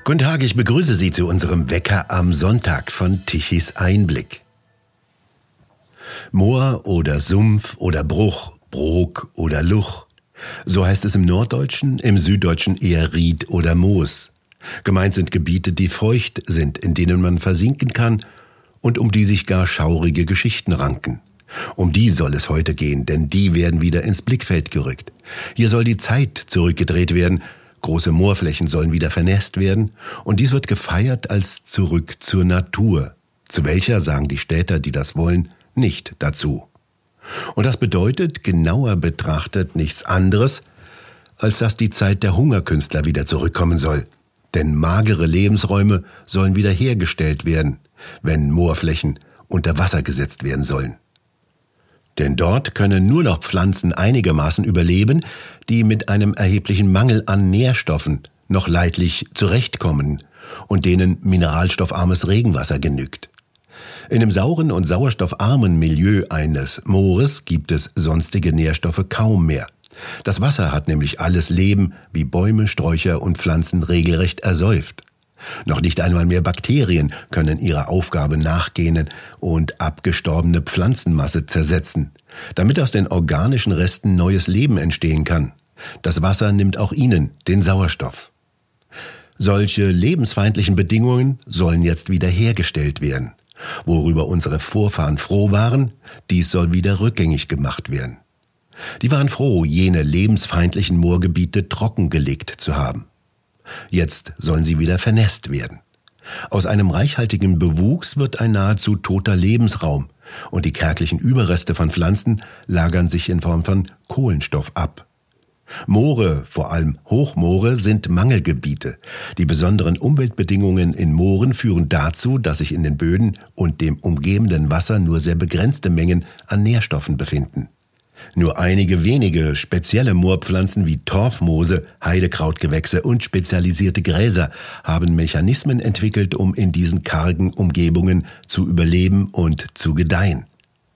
Guten Tag, ich begrüße Sie zu unserem Wecker am Sonntag von Tichys Einblick. Moor oder Sumpf oder Bruch, Brok oder Luch. So heißt es im Norddeutschen, im Süddeutschen eher Ried oder Moos. Gemeint sind Gebiete, die feucht sind, in denen man versinken kann und um die sich gar schaurige Geschichten ranken. Um die soll es heute gehen, denn die werden wieder ins Blickfeld gerückt. Hier soll die Zeit zurückgedreht werden, große Moorflächen sollen wieder vernässt werden und dies wird gefeiert als zurück zur Natur, zu welcher, sagen die Städter, die das wollen, nicht dazu. Und das bedeutet, genauer betrachtet, nichts anderes, als dass die Zeit der Hungerkünstler wieder zurückkommen soll. Denn magere Lebensräume sollen wieder hergestellt werden, wenn Moorflächen unter Wasser gesetzt werden sollen. Denn dort können nur noch Pflanzen einigermaßen überleben, die mit einem erheblichen Mangel an Nährstoffen noch leidlich zurechtkommen und denen mineralstoffarmes Regenwasser genügt. In dem sauren und sauerstoffarmen Milieu eines Moores gibt es sonstige Nährstoffe kaum mehr. Das Wasser hat nämlich alles Leben, wie Bäume, Sträucher und Pflanzen regelrecht ersäuft. Noch nicht einmal mehr Bakterien können ihrer Aufgabe nachgehen und abgestorbene Pflanzenmasse zersetzen, damit aus den organischen Resten neues Leben entstehen kann. Das Wasser nimmt auch ihnen den Sauerstoff. Solche lebensfeindlichen Bedingungen sollen jetzt wieder hergestellt werden. Worüber unsere Vorfahren froh waren, dies soll wieder rückgängig gemacht werden. Die waren froh, jene lebensfeindlichen Moorgebiete trockengelegt zu haben. Jetzt sollen sie wieder vernässt werden. Aus einem reichhaltigen Bewuchs wird ein nahezu toter Lebensraum und die kärglichen Überreste von Pflanzen lagern sich in Form von Kohlenstoff ab. Moore, vor allem Hochmoore, sind Mangelgebiete. Die besonderen Umweltbedingungen in Mooren führen dazu, dass sich in den Böden und dem umgebenden Wasser nur sehr begrenzte Mengen an Nährstoffen befinden. Nur einige wenige spezielle Moorpflanzen wie Torfmoose, Heidekrautgewächse und spezialisierte Gräser haben Mechanismen entwickelt, um in diesen kargen Umgebungen zu überleben und zu gedeihen.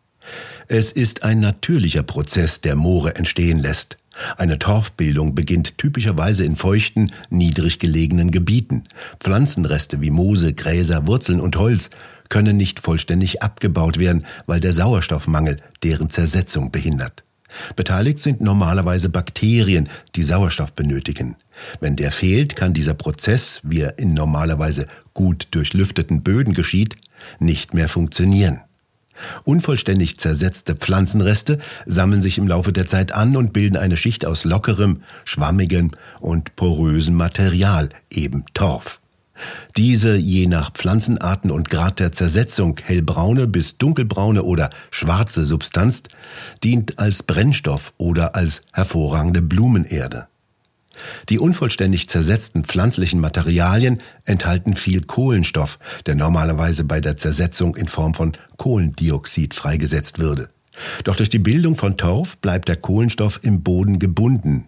Es ist ein natürlicher Prozess, der Moore entstehen lässt. Eine Torfbildung beginnt typischerweise in feuchten, niedrig gelegenen Gebieten. Pflanzenreste wie Moose, Gräser, Wurzeln und Holz können nicht vollständig abgebaut werden, weil der Sauerstoffmangel deren Zersetzung behindert. Beteiligt sind normalerweise Bakterien, die Sauerstoff benötigen. Wenn der fehlt, kann dieser Prozess, wie er in normalerweise gut durchlüfteten Böden geschieht, nicht mehr funktionieren. Unvollständig zersetzte Pflanzenreste sammeln sich im Laufe der Zeit an und bilden eine Schicht aus lockerem, schwammigem und porösem Material, eben Torf. Diese je nach Pflanzenarten und Grad der Zersetzung hellbraune bis dunkelbraune oder schwarze Substanz dient als Brennstoff oder als hervorragende Blumenerde. Die unvollständig zersetzten pflanzlichen Materialien enthalten viel Kohlenstoff, der normalerweise bei der Zersetzung in Form von Kohlendioxid freigesetzt würde. Doch durch die Bildung von Torf bleibt der Kohlenstoff im Boden gebunden.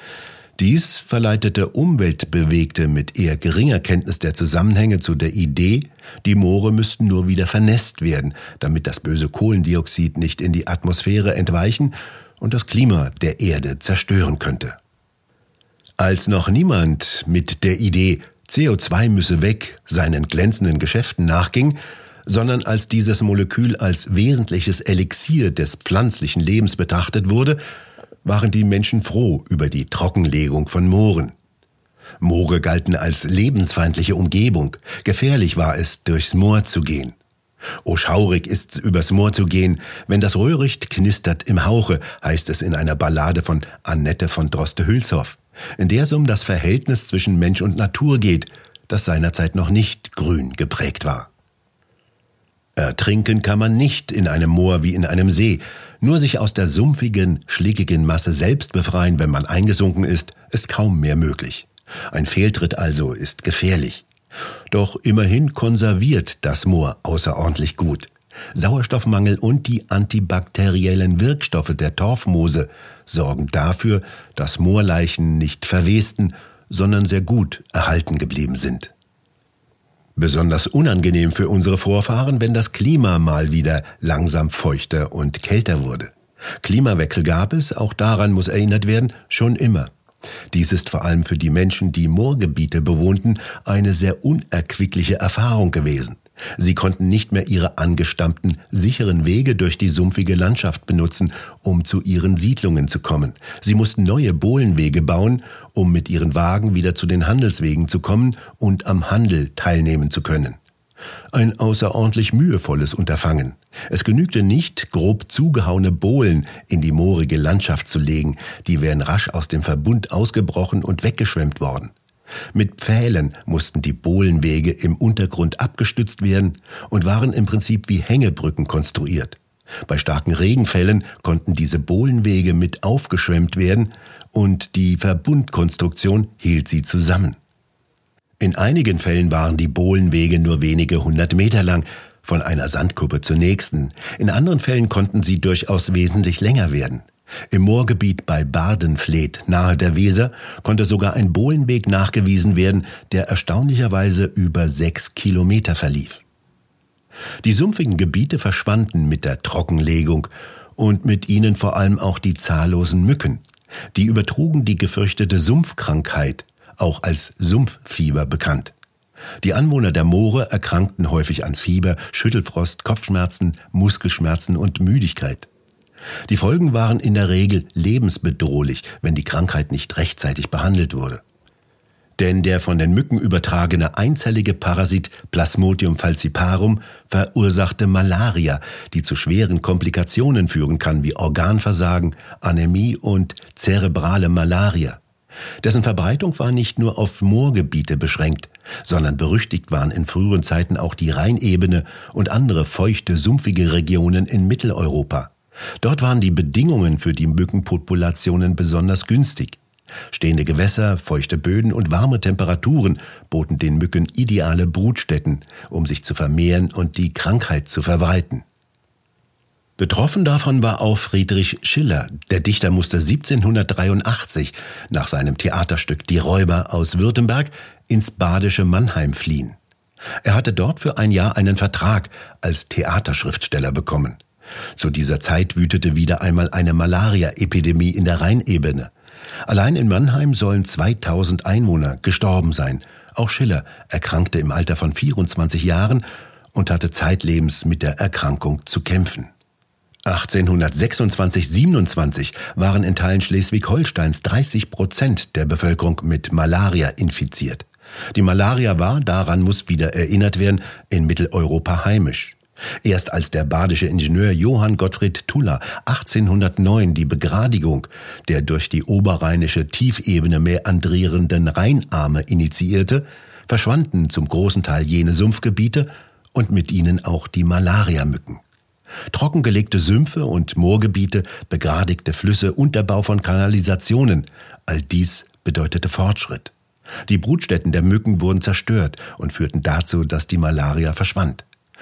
Dies verleitete Umweltbewegte mit eher geringer Kenntnis der Zusammenhänge zu der Idee, die Moore müssten nur wieder vernässt werden, damit das böse Kohlendioxid nicht in die Atmosphäre entweichen und das Klima der Erde zerstören könnte. Als noch niemand mit der Idee, CO2 müsse weg, seinen glänzenden Geschäften nachging, sondern als dieses Molekül als wesentliches Elixier des pflanzlichen Lebens betrachtet wurde, waren die Menschen froh über die Trockenlegung von Mooren. Moore galten als lebensfeindliche Umgebung. Gefährlich war es, durchs Moor zu gehen. O schaurig ist's, übers Moor zu gehen, wenn das Röhricht knistert im Hauche, heißt es in einer Ballade von Annette von Droste-Hülshoff, in der es um das Verhältnis zwischen Mensch und Natur geht, das seinerzeit noch nicht grün geprägt war. Ertrinken kann man nicht in einem Moor wie in einem See. Nur sich aus der sumpfigen, schlickigen Masse selbst befreien, wenn man eingesunken ist kaum mehr möglich. Ein Fehltritt also ist gefährlich. Doch immerhin konserviert das Moor außerordentlich gut. Sauerstoffmangel und die antibakteriellen Wirkstoffe der Torfmoose sorgen dafür, dass Moorleichen nicht verwesten, sondern sehr gut erhalten geblieben sind. Besonders unangenehm für unsere Vorfahren, wenn das Klima mal wieder langsam feuchter und kälter wurde. Klimawechsel gab es, auch daran muss erinnert werden, schon immer. Dies ist vor allem für die Menschen, die Moorgebiete bewohnten, eine sehr unerquickliche Erfahrung gewesen. Sie konnten nicht mehr ihre angestammten, sicheren Wege durch die sumpfige Landschaft benutzen, um zu ihren Siedlungen zu kommen. Sie mussten neue Bohlenwege bauen, um mit ihren Wagen wieder zu den Handelswegen zu kommen und am Handel teilnehmen zu können. Ein außerordentlich mühevolles Unterfangen. Es genügte nicht, grob zugehauene Bohlen in die moorige Landschaft zu legen, die wären rasch aus dem Verbund ausgebrochen und weggeschwemmt worden. Mit Pfählen mussten die Bohlenwege im Untergrund abgestützt werden und waren im Prinzip wie Hängebrücken konstruiert. Bei starken Regenfällen konnten diese Bohlenwege mit aufgeschwemmt werden und die Verbundkonstruktion hielt sie zusammen. In einigen Fällen waren die Bohlenwege nur wenige 100 Meter lang, von einer Sandkuppe zur nächsten. In anderen Fällen konnten sie durchaus wesentlich länger werden. Im Moorgebiet bei Bardenfleet nahe der Weser konnte sogar ein Bohlenweg nachgewiesen werden, der erstaunlicherweise über 6 Kilometer verlief. Die sumpfigen Gebiete verschwanden mit der Trockenlegung und mit ihnen vor allem auch die zahllosen Mücken. Die übertrugen die gefürchtete Sumpfkrankheit, auch als Sumpffieber bekannt. Die Anwohner der Moore erkrankten häufig an Fieber, Schüttelfrost, Kopfschmerzen, Muskelschmerzen und Müdigkeit. Die Folgen waren in der Regel lebensbedrohlich, wenn die Krankheit nicht rechtzeitig behandelt wurde. Denn der von den Mücken übertragene einzellige Parasit Plasmodium falciparum verursachte Malaria, die zu schweren Komplikationen führen kann, wie Organversagen, Anämie und zerebrale Malaria. Dessen Verbreitung war nicht nur auf Moorgebiete beschränkt, sondern berüchtigt waren in früheren Zeiten auch die Rheinebene und andere feuchte, sumpfige Regionen in Mitteleuropa. Dort waren die Bedingungen für die Mückenpopulationen besonders günstig. Stehende Gewässer, feuchte Böden und warme Temperaturen boten den Mücken ideale Brutstätten, um sich zu vermehren und die Krankheit zu verbreiten. Betroffen davon war auch Friedrich Schiller. Der Dichter musste 1783 nach seinem Theaterstück Die Räuber aus Württemberg ins badische Mannheim fliehen. Er hatte dort für ein Jahr einen Vertrag als Theaterschriftsteller bekommen. Zu dieser Zeit wütete wieder einmal eine Malaria-Epidemie in der Rheinebene. Allein in Mannheim sollen 2000 Einwohner gestorben sein. Auch Schiller erkrankte im Alter von 24 Jahren und hatte zeitlebens mit der Erkrankung zu kämpfen. 1826/27 waren in Teilen Schleswig-Holsteins 30% der Bevölkerung mit Malaria infiziert. Die Malaria war, daran muss wieder erinnert werden, in Mitteleuropa heimisch. Erst als der badische Ingenieur Johann Gottfried Tuller 1809 die Begradigung der durch die oberrheinische Tiefebene mäandrierenden Rheinarme initiierte, verschwanden zum großen Teil jene Sumpfgebiete und mit ihnen auch die Malariamücken. Trockengelegte Sümpfe und Moorgebiete, begradigte Flüsse, Unterbau von Kanalisationen, all dies bedeutete Fortschritt. Die Brutstätten der Mücken wurden zerstört und führten dazu, dass die Malaria verschwand.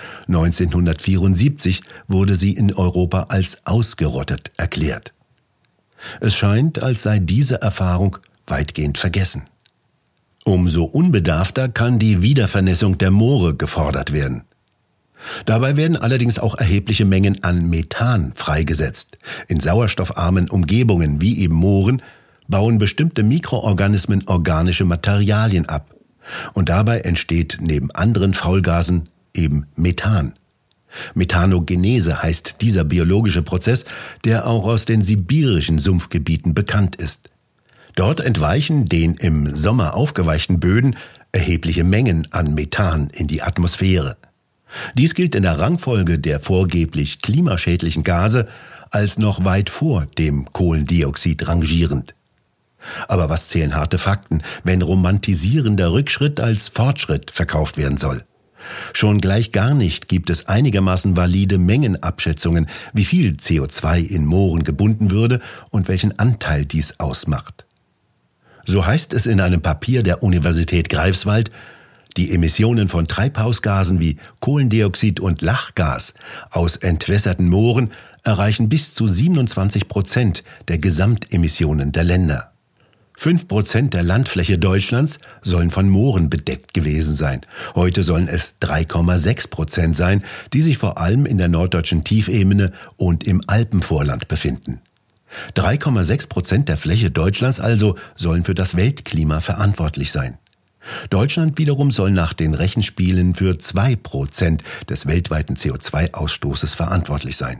1974 wurde sie in Europa als ausgerottet erklärt. Es scheint, als sei diese Erfahrung weitgehend vergessen. Umso unbedarfter kann die Wiedervernässung der Moore gefordert werden. Dabei werden allerdings auch erhebliche Mengen an Methan freigesetzt. In sauerstoffarmen Umgebungen wie eben Mooren bauen bestimmte Mikroorganismen organische Materialien ab. Und dabei entsteht neben anderen Faulgasen eben Methan. Methanogenese heißt dieser biologische Prozess, der auch aus den sibirischen Sumpfgebieten bekannt ist. Dort entweichen den im Sommer aufgeweichten Böden erhebliche Mengen an Methan in die Atmosphäre. Dies gilt in der Rangfolge der vorgeblich klimaschädlichen Gase als noch weit vor dem Kohlendioxid rangierend. Aber was zählen harte Fakten, wenn romantisierender Rückschritt als Fortschritt verkauft werden soll? Schon gleich gar nicht gibt es einigermaßen valide Mengenabschätzungen, wie viel CO2 in Mooren gebunden würde und welchen Anteil dies ausmacht. So heißt es in einem Papier der Universität Greifswald, die Emissionen von Treibhausgasen wie Kohlendioxid und Lachgas aus entwässerten Mooren erreichen bis zu 27% der Gesamtemissionen der Länder. 5% der Landfläche Deutschlands sollen von Mooren bedeckt gewesen sein. Heute sollen es 3,6% sein, die sich vor allem in der norddeutschen Tiefebene und im Alpenvorland befinden. 3,6% der Fläche Deutschlands also sollen für das Weltklima verantwortlich sein. Deutschland wiederum soll nach den Rechenspielen für 2% des weltweiten CO2-Ausstoßes verantwortlich sein.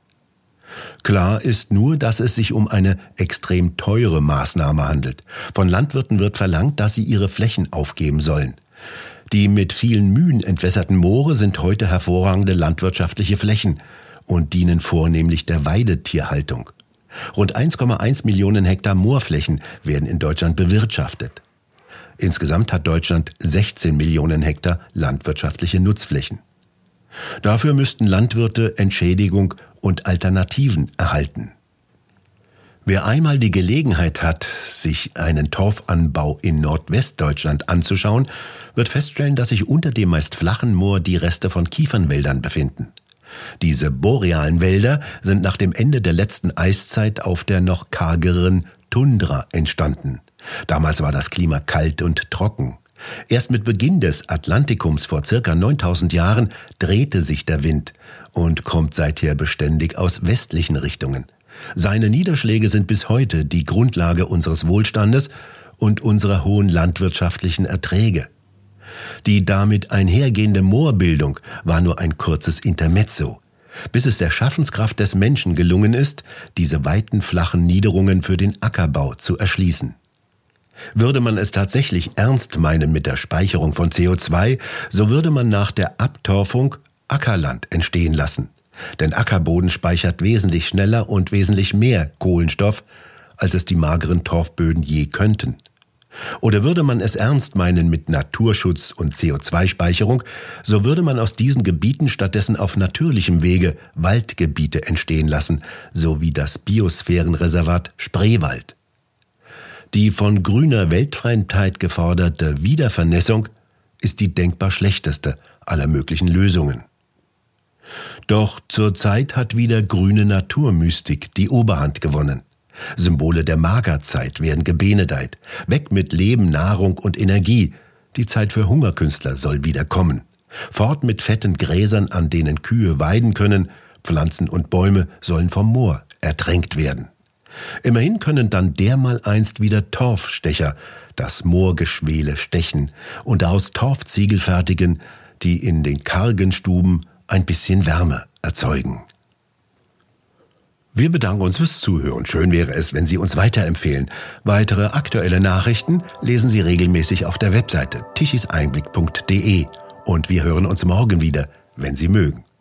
Klar ist nur, dass es sich um eine extrem teure Maßnahme handelt. Von Landwirten wird verlangt, dass sie ihre Flächen aufgeben sollen. Die mit vielen Mühen entwässerten Moore sind heute hervorragende landwirtschaftliche Flächen und dienen vornehmlich der Weidetierhaltung. Rund 1,1 Millionen Hektar Moorflächen werden in Deutschland bewirtschaftet. Insgesamt hat Deutschland 16 Millionen Hektar landwirtschaftliche Nutzflächen. Dafür müssten Landwirte Entschädigung und Alternativen erhalten. Wer einmal die Gelegenheit hat, sich einen Torfanbau in Nordwestdeutschland anzuschauen, wird feststellen, dass sich unter dem meist flachen Moor die Reste von Kiefernwäldern befinden. Diese borealen Wälder sind nach dem Ende der letzten Eiszeit auf der noch kargeren Tundra entstanden. Damals war das Klima kalt und trocken. Erst mit Beginn des Atlantikums vor ca. 9000 Jahren drehte sich der Wind und kommt seither beständig aus westlichen Richtungen. Seine Niederschläge sind bis heute die Grundlage unseres Wohlstandes und unserer hohen landwirtschaftlichen Erträge. Die damit einhergehende Moorbildung war nur ein kurzes Intermezzo, bis es der Schaffenskraft des Menschen gelungen ist, diese weiten flachen Niederungen für den Ackerbau zu erschließen. Würde man es tatsächlich ernst meinen mit der Speicherung von CO2, so würde man nach der Abtorfung Ackerland entstehen lassen. Denn Ackerboden speichert wesentlich schneller und wesentlich mehr Kohlenstoff, als es die mageren Torfböden je könnten. Oder würde man es ernst meinen mit Naturschutz und CO2-Speicherung, so würde man aus diesen Gebieten stattdessen auf natürlichem Wege Waldgebiete entstehen lassen, so wie das Biosphärenreservat Spreewald. Die von grüner Weltfremdheit geforderte Wiedervernässung ist die denkbar schlechteste aller möglichen Lösungen. Doch zurzeit hat wieder grüne Naturmystik die Oberhand gewonnen. Symbole der Magerzeit werden gebenedeit. Weg mit Leben, Nahrung und Energie. Die Zeit für Hungerkünstler soll wieder kommen. Fort mit fetten Gräsern, an denen Kühe weiden können. Pflanzen und Bäume sollen vom Moor ertränkt werden. Immerhin können dann dermaleinst wieder Torfstecher das Moorgeschwele stechen und daraus Torfziegel fertigen, die in den kargen Stuben ein bisschen Wärme erzeugen. Wir bedanken uns fürs Zuhören. Schön wäre es, wenn Sie uns weiterempfehlen. Weitere aktuelle Nachrichten lesen Sie regelmäßig auf der Webseite tichiseinblick.de. Und wir hören uns morgen wieder, wenn Sie mögen.